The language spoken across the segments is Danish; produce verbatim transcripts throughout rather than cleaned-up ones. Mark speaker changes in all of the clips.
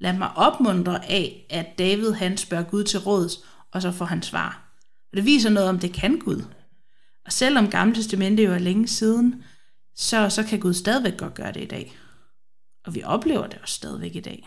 Speaker 1: lad mig opmuntre af, at David han spørger Gud til råds, og så får han svar. Og det viser noget om, det kan Gud. Og selvom Gamle Testamente jo er længe siden, så, så kan Gud stadigvæk godt gøre det i dag. Og vi oplever det også stadigvæk i dag.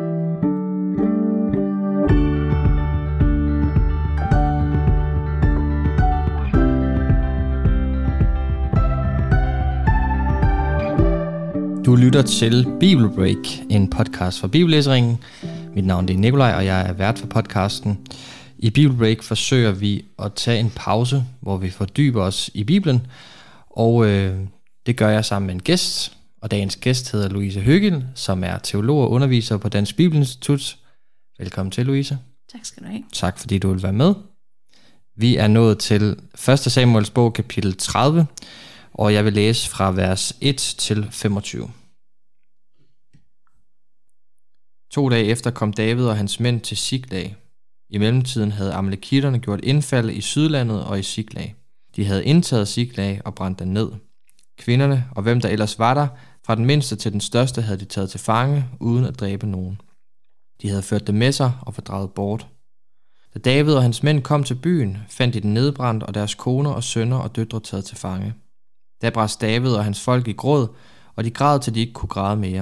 Speaker 2: Du lytter til Bibelbreak, en podcast fra Bibellæseringen. Mit navn er Nikolaj, og jeg er vært for podcasten. I Bibelbreak forsøger vi at tage en pause, hvor vi fordyber os i Bibelen, og øh, det gør jeg sammen med en gæst. Og dagens gæst hedder Louise Høgel, som er teolog og underviser på Dansk Bibelinstitut. Velkommen til, Louise.
Speaker 1: Tak skal du have.
Speaker 2: Tak fordi du vil være med. Vi er nået til første Samuels bog, kapitel tredive, og jeg vil læse fra vers et til femogtyve. To dage efter kom David og hans mænd til Siklag. I mellemtiden havde amalekitterne gjort indfald i Sydlandet og i Siklag. De havde indtaget Siklag og brændt den ned. Kvinderne og hvem der ellers var der, fra den mindste til den største, havde de taget til fange, uden at dræbe nogen. De havde ført dem med sig og fordraget bort. Da David og hans mænd kom til byen, fandt de den nedbrændt og deres koner og sønner og døtre taget til fange. Da brast David og hans folk i gråd, og de græd til de ikke kunne græde mere.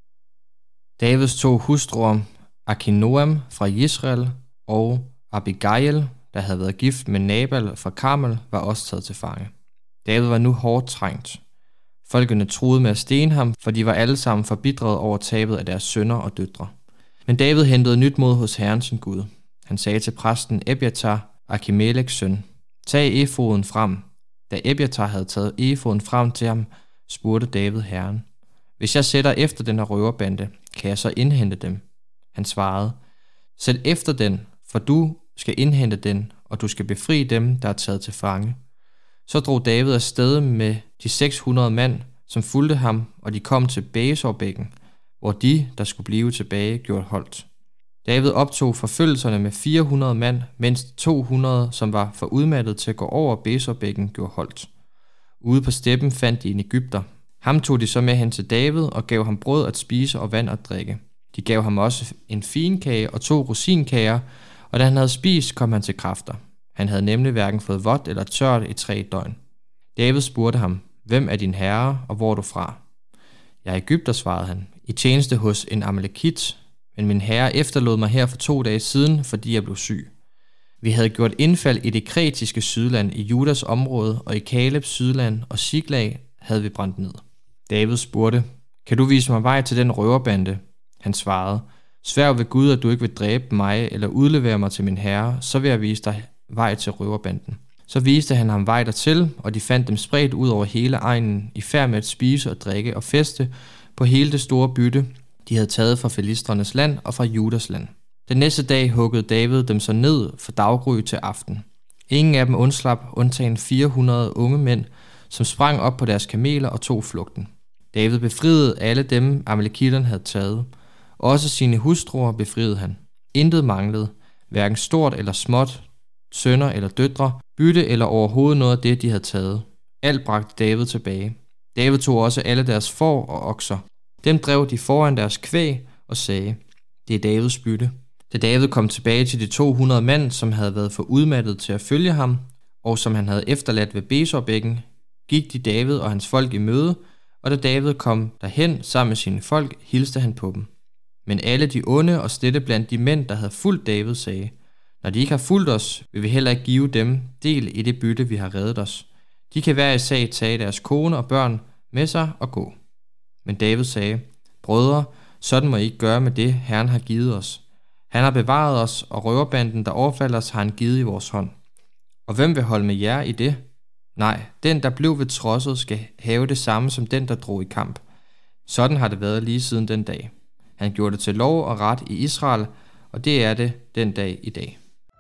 Speaker 2: Davids to hustruer, Ahinoam fra Israel og Abigail, der havde været gift med Nabal fra Karmel, var også taget til fange. David var nu hårdt trængt. Folkene truede med at stene ham, for de var alle sammen forbitret over tabet af deres sønner og døtre. Men David hentede nyt mod hos Herren sin Gud. Han sagde til præsten Ebiatar, Akimeleks søn, tag efoden frem. Da Ebiatar havde taget efoden frem til ham, spurgte David Herren, hvis jeg sætter efter den her røverbande, kan jeg så indhente dem? Han svarede, sæt efter den, for du skal indhente den, og du skal befri dem, der er taget til fange. Så drog David afsted med de seks hundrede mand, som fulgte ham, og de kom til Besorbækken, hvor de, der skulle blive tilbage, gjorde holdt. David optog forfølgelserne med fire hundrede mand, mens to hundrede, som var for udmattet til at gå over Besorbækken, gjorde holdt. Ude på steppen fandt de en egypter. Ham tog de så med hen til David og gav ham brød at spise og vand at drikke. De gav ham også en finkage og to rosinkager, og da han havde spist, kom han til kræfter. Han havde nemlig hverken fået vådt eller tørt i tre døgn. David spurgte ham, hvem er din herre, og hvor er du fra? Jeg er egypter, svarede han, i tjeneste hos en amalekit, men min herre efterlod mig her for to dage siden, fordi jeg blev syg. Vi havde gjort indfald i det kretiske sydland, i Judas område, og i Kalebs sydland og Siklag havde vi brændt ned. David spurgte, kan du vise mig vej til den røverbande? Han svarede, sværg ved Gud, at du ikke vil dræbe mig eller udlevere mig til min herre, så vil jeg vise dig vej til røverbanden. Så viste han ham vej dertil, og de fandt dem spredt ud over hele egnen, i færd med at spise og drikke og feste på hele det store bytte, de havde taget fra filistrenes land og fra Judas land. Den næste dag huggede David dem så ned fra daggry til aften. Ingen af dem undslap, undtagen fire hundrede unge mænd, som sprang op på deres kameler og tog flugten. David befriede alle dem, amalekitterne havde taget. Også sine hustruer befriede han. Intet manglede, hverken stort eller småt, sønner eller døtre, bytte eller overhovedet noget af det, de havde taget. Alt bragte David tilbage. David tog også alle deres får og okser. Dem drev de foran deres kvæg og sagde, det er Davids bytte. Da David kom tilbage til de to hundrede mand, som havde været for udmattet til at følge ham, og som han havde efterladt ved Besorbækken, gik de David og hans folk i møde, og da David kom derhen sammen med sine folk, hilste han på dem. Men alle de onde og stille blandt de mænd, der havde fulgt David, sagde, når de ikke har fulgt os, vil vi heller ikke give dem del i det bytte, vi har reddet os. De kan hver især tage deres kone og børn med sig og gå. Men David sagde, brødre, sådan må I ikke gøre med det, Herren har givet os. Han har bevaret os, og røverbanden, der overfalder os, har han givet i vores hånd. Og hvem vil holde med jer i det? Nej, den, der blev ved trodset, skal have det samme som den, der drog i kamp. Sådan har det været lige siden den dag. Han gjorde det til lov og ret i Israel, og det er det den dag i dag.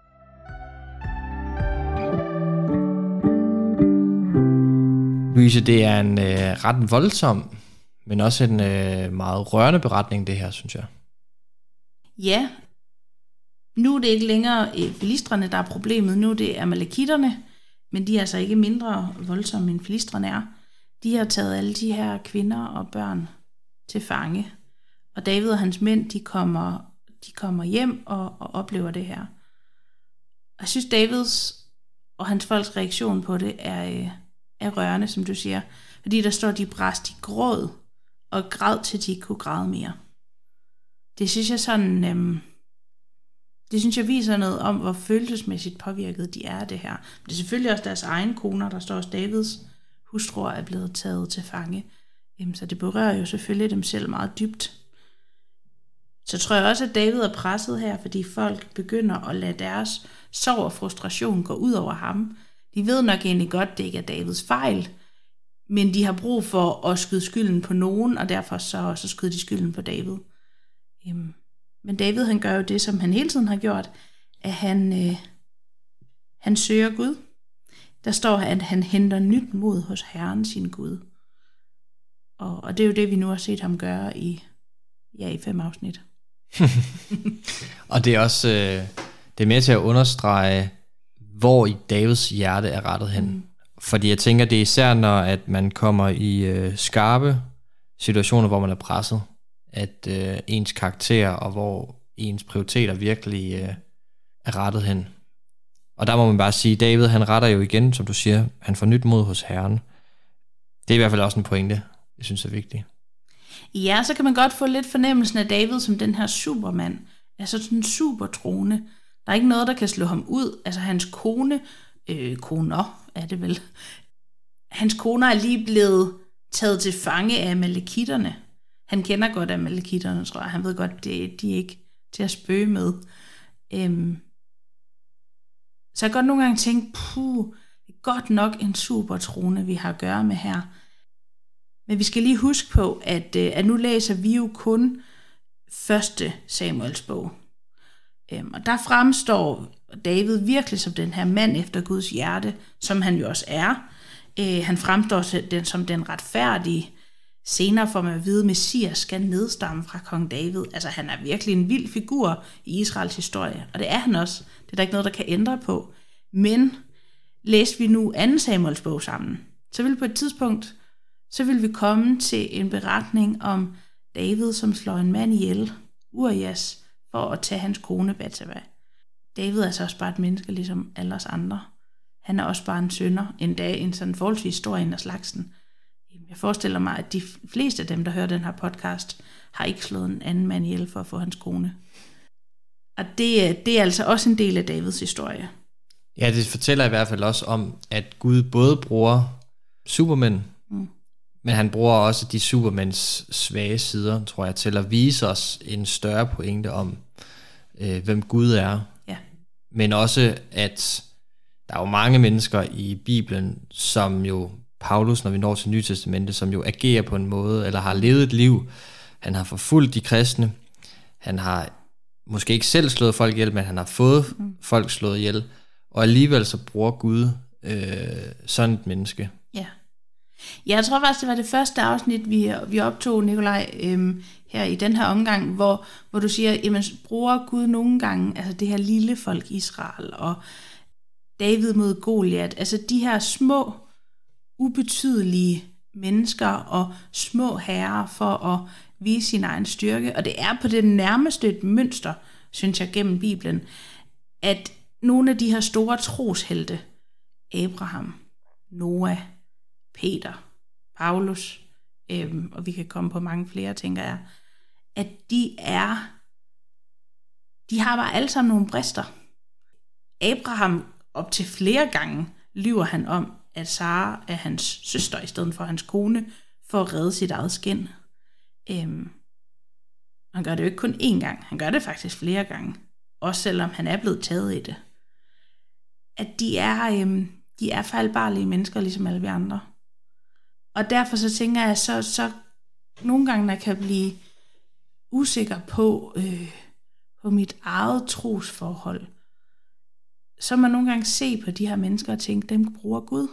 Speaker 2: Louise, det er en øh, ret voldsom, men også en øh, meget rørende beretning, det her, synes jeg.
Speaker 1: Ja, nu er det ikke længere filistrene, der er problemet, nu er det amalekitterne, men de er altså ikke mindre voldsomme, end filistrene er. De har taget alle de her kvinder og børn til fange, Og David og hans mænd, de kommer, de kommer hjem og, og oplever det her. Og jeg synes, Davids og hans folks reaktion på det er, er rørende, som du siger. Fordi der står, de brast i gråd og græd, til de ikke kunne græde mere. Det synes jeg sådan, øhm, det synes jeg viser noget om, hvor følelsesmæssigt påvirket de er af det her. Men det er selvfølgelig også deres egen koner, der står også Davids hustruer er blevet taget til fange. Øhm, så det berører jo selvfølgelig dem selv meget dybt. Så tror jeg også, at David er presset her, fordi folk begynder at lade deres sorg og frustration gå ud over ham. De ved nok egentlig godt, at det ikke er Davids fejl, men de har brug for at skyde skylden på nogen, og derfor så, så skyder de skylden på David. Øhm, men David, han gør jo det, som han hele tiden har gjort, at han, øh, han søger Gud. Der står, at han henter nyt mod hos Herren sin Gud. Og, og det er jo det, vi nu har set ham gøre i, ja, i fem afsnit.
Speaker 2: Og det er også øh, det er med til at understrege, hvor i Davids hjerte er rettet hen. Mm. Fordi jeg tænker, det er især, når at man kommer i øh, skarpe situationer, hvor man er presset, at øh, ens karakter og hvor ens prioriteter virkelig øh, er rettet hen. Og der må man bare sige, David, han retter jo igen, som du siger, han får nyt mod hos Herren. Det er i hvert fald også en pointe, jeg synes er vigtigt.
Speaker 1: Ja, så kan man godt få lidt fornemmelsen af David som den her supermand. Altså sådan en supertrone. Der er ikke noget, der kan slå ham ud. Altså hans kone, øh, koner er det vel. Hans koner er lige blevet taget til fange af amalekitterne. Han kender godt amalekitterne, tror jeg. Han ved godt, det, de er ikke til at spøge med. Øhm. Så jeg kan godt nogle gange tænke, puh, det er godt nok en supertrone, vi har at gøre med her. Men vi skal lige huske på, at, at nu læser vi jo kun første Samuels bog. Øhm, og der fremstår David virkelig som den her mand efter Guds hjerte, som han jo også er. Øh, han fremstår den, som den retfærdige. Senere får man at vide, at Messias skal nedstamme fra kong David. Altså han er virkelig en vild figur i Israels historie, og det er han også. Det er der ikke noget, der kan ændre på. Men læste vi nu anden Samuels bog sammen, så vil på et tidspunkt, så vil vi komme til en beretning om David, som slår en mand ihjel, Urias, for at tage hans kone Batseba. David er så også bare et menneske, ligesom alle os andre. Han er også bare en synder, en dag en sådan forholdsvis stor en af slagsen. Jeg forestiller mig, at de fleste af dem, der hører den her podcast, har ikke slået en anden mand ihjel for at få hans kone. Og det, det er altså også en del af Davids historie.
Speaker 2: Ja, det fortæller i hvert fald også om, at Gud både bruger supermænd, mm. men han bruger også de supermænds svage sider, tror jeg, til at vise os en større pointe om, øh, hvem Gud er.
Speaker 1: Ja.
Speaker 2: Men også, at der er jo mange mennesker i Bibelen, som jo Paulus, når vi når til Nye Testamente, som jo agerer på en måde, eller har levet et liv. Han har forfulgt de kristne. Han har måske ikke selv slået folk ihjel, men han har fået mm. folk slået ihjel. Og alligevel så bruger Gud øh, sådan et menneske.
Speaker 1: Ja. Jeg tror faktisk, det var det første afsnit, vi, vi optog, Nikolaj, øhm, her i den her omgang, hvor, hvor du siger, jamen bruger Gud nogle gange, altså det her lille folk Israel, og David mod Goliat, altså de her små, ubetydelige mennesker og små herrer for at vise sin egen styrke. Og det er på det nærmeste et mønster, synes jeg, gennem Bibelen, at nogle af de her store troshelte, Abraham, Noah, Peter, Paulus, øhm, og vi kan komme på mange flere, tænker jeg, at de er, de har bare alle sammen nogle brister. Abraham op til flere gange lyver han om, at Sara er hans søster i stedet for hans kone, for at redde sit eget skind. Øhm, han gør det jo ikke kun én gang, han gør det faktisk flere gange, også selvom han er blevet taget i det. At de er, øhm, de er fejlbarlige mennesker, ligesom alle vi andre. Og derfor så tænker jeg, så, så nogle gange, jeg kan blive usikker på, øh, på mit eget trosforhold, så må man nogle gange se på de her mennesker og tænke, dem bruger Gud.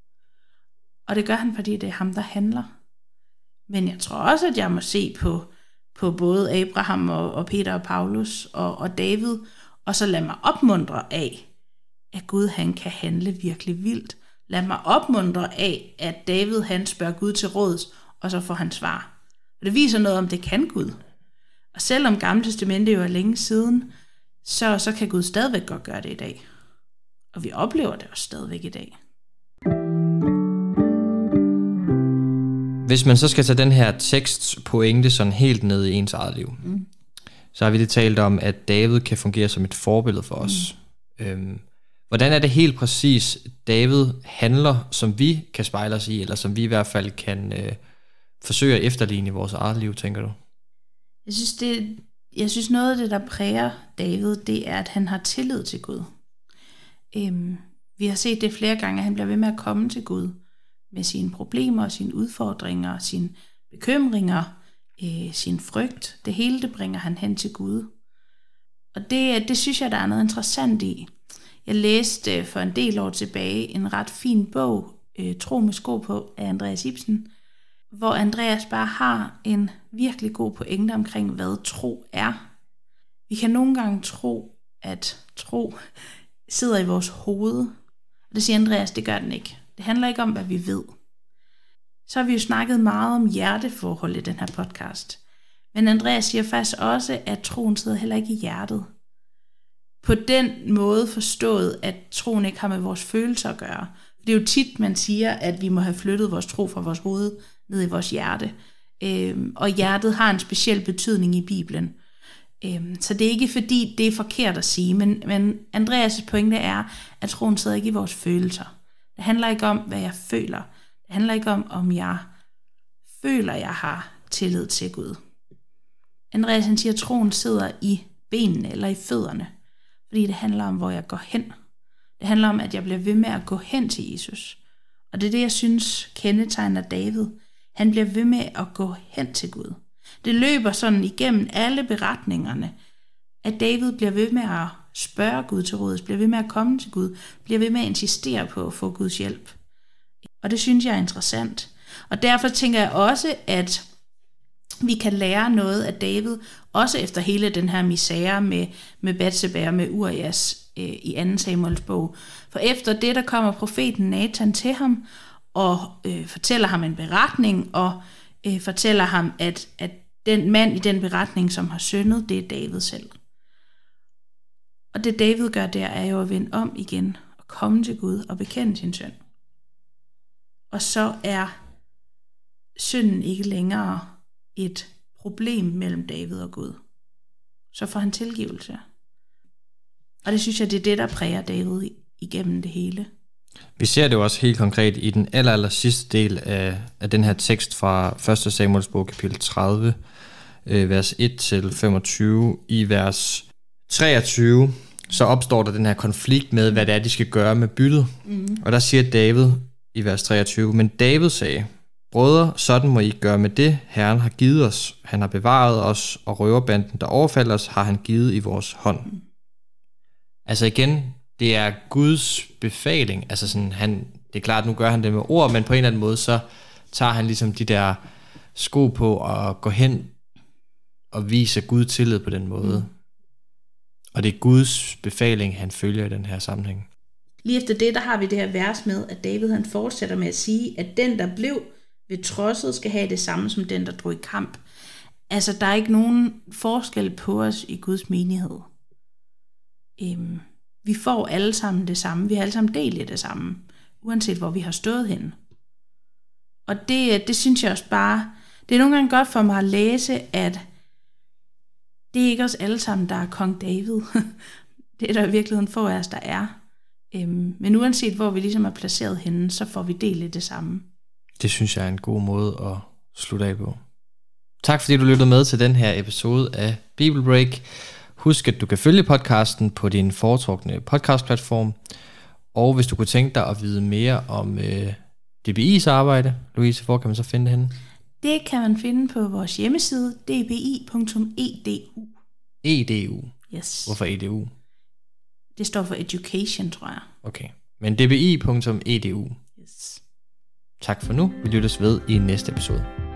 Speaker 1: Og det gør han, fordi det er ham, der handler. Men jeg tror også, at jeg må se på, på både Abraham og, og Peter og Paulus og, og David, og så lad mig opmuntre af, at Gud han kan handle virkelig vildt. Lad mig opmuntre af, at David han spørger Gud til råds, og så får han svar. Og det viser noget om, det kan Gud. Og selvom Gamle Testamente jo er længe siden, så, så kan Gud stadigvæk godt gøre det i dag. Og vi oplever det også stadigvæk i dag.
Speaker 2: Hvis man så skal tage den her tekst pointe sådan helt ned i ens eget liv, mm. så har vi det talt om, at David kan fungere som et forbillede for os. Mm. Øhm, hvordan er det helt præcis, David handler, som vi kan spejle os i, eller som vi i hvert fald kan øh, forsøge at efterligne i vores eget liv, tænker du?
Speaker 1: Jeg synes, det, jeg synes noget af det, der præger David, det er, at han har tillid til Gud. Øhm, vi har set det flere gange, at han bliver ved med at komme til Gud med sine problemer, sine udfordringer, sine bekymringer, øh, sin frygt. Det hele det bringer han hen til Gud. Og det, det synes jeg, der er noget interessant i. Jeg læste for en del år tilbage en ret fin bog, øh, Tro med sko på, af Andreas Ibsen, hvor Andreas bare har en virkelig god pointe omkring, hvad tro er. Vi kan nogle gange tro, at tro sidder i vores hoved. Og det siger Andreas, det gør den ikke. Det handler ikke om, hvad vi ved. Så har vi jo snakket meget om hjerteforhold i den her podcast. Men Andreas siger faktisk også, at troen sidder heller ikke i hjertet. På den måde forstået, at troen ikke har med vores følelser at gøre. Det er jo tit, man siger, at vi må have flyttet vores tro fra vores hoved ned i vores hjerte. Øhm, og hjertet har en speciel betydning i Bibelen. Øhm, så det er ikke fordi, det er forkert at sige, men, men Andreas' pointe er, at troen sidder ikke i vores følelser. Det handler ikke om, hvad jeg føler. Det handler ikke om, om jeg føler, jeg har tillid til Gud. Andreas han siger, at troen sidder i benene eller i fødderne, fordi det handler om, hvor jeg går hen. Det handler om, at jeg bliver ved med at gå hen til Jesus. Og det er det, jeg synes kendetegner David. Han bliver ved med at gå hen til Gud. Det løber sådan igennem alle beretningerne, at David bliver ved med at spørge Gud til råds, bliver ved med at komme til Gud, bliver ved med at insistere på at få Guds hjælp. Og det synes jeg er interessant. Og derfor tænker jeg også, at vi kan lære noget af David, også efter hele den her misære med, med Batseba og med Urias øh, i anden Samuels bog. For efter det, der kommer profeten Nathan til ham, og øh, fortæller ham en beretning, og øh, fortæller ham, at, at den mand i den beretning, som har syndet, det er David selv. Og det David gør der, er jo at vende om igen, og komme til Gud og bekende sin synd. Og så er synden ikke længere et problem mellem David og Gud. Så får han tilgivelse. Og det synes jeg, det er det, der præger David igennem det hele.
Speaker 2: Vi ser det jo også helt konkret i den aller, aller sidste del af, af den her tekst fra første Samuels bog, kapitel tredive, øh, vers et til femogtyve. I vers treogtyve, så opstår der den her konflikt med, hvad det er, de skal gøre med byttet. Mm. Og der siger David i vers treogtyve, men David sagde, brødre, sådan må I gøre med det, Herren har givet os. Han har bevaret os, og røverbanden, der overfalder os, har han givet i vores hånd. Mm. Altså igen, det er Guds befaling. Altså sådan, han, det er klart, nu gør han det med ord, men på en eller anden måde, så tager han ligesom de der sko på og går hen og viser Gud tillid på den måde. Mm. Og det er Guds befaling, han følger i den her sammenhæng.
Speaker 1: Lige efter det, der har vi det her vers med, at David han fortsætter med at sige, at den, der blev ved trodset, skal have det samme som den, der drog i kamp. Altså, der er ikke nogen forskel på os i Guds menighed. Øhm, vi får alle sammen det samme. Vi har alle sammen del i det samme, uanset hvor vi har stået henne. Og det, det synes jeg også bare, det er nogle gange godt for mig at læse, at det er ikke os alle sammen, der er kong David. Det er der i virkeligheden få af os, der er. Øhm, men uanset hvor vi ligesom er placeret henne, så får vi del i det samme.
Speaker 2: Det synes jeg er en god måde at slutte af på. Tak fordi du lyttede med til den her episode af Bible Break. Husk, at du kan følge podcasten på din foretrukne podcastplatform. Og hvis du kunne tænke dig at vide mere om øh, D B I's arbejde, Louise, hvor kan man så finde det henne?
Speaker 1: Det kan man finde på vores hjemmeside, d b i punktum e d u.
Speaker 2: E D U?
Speaker 1: Yes.
Speaker 2: Hvorfor E D U?
Speaker 1: Det står for education, tror jeg.
Speaker 2: Okay, men d b i punktum e d u.
Speaker 1: Yes.
Speaker 2: Tak for nu. Vi lyttes ved i næste episode.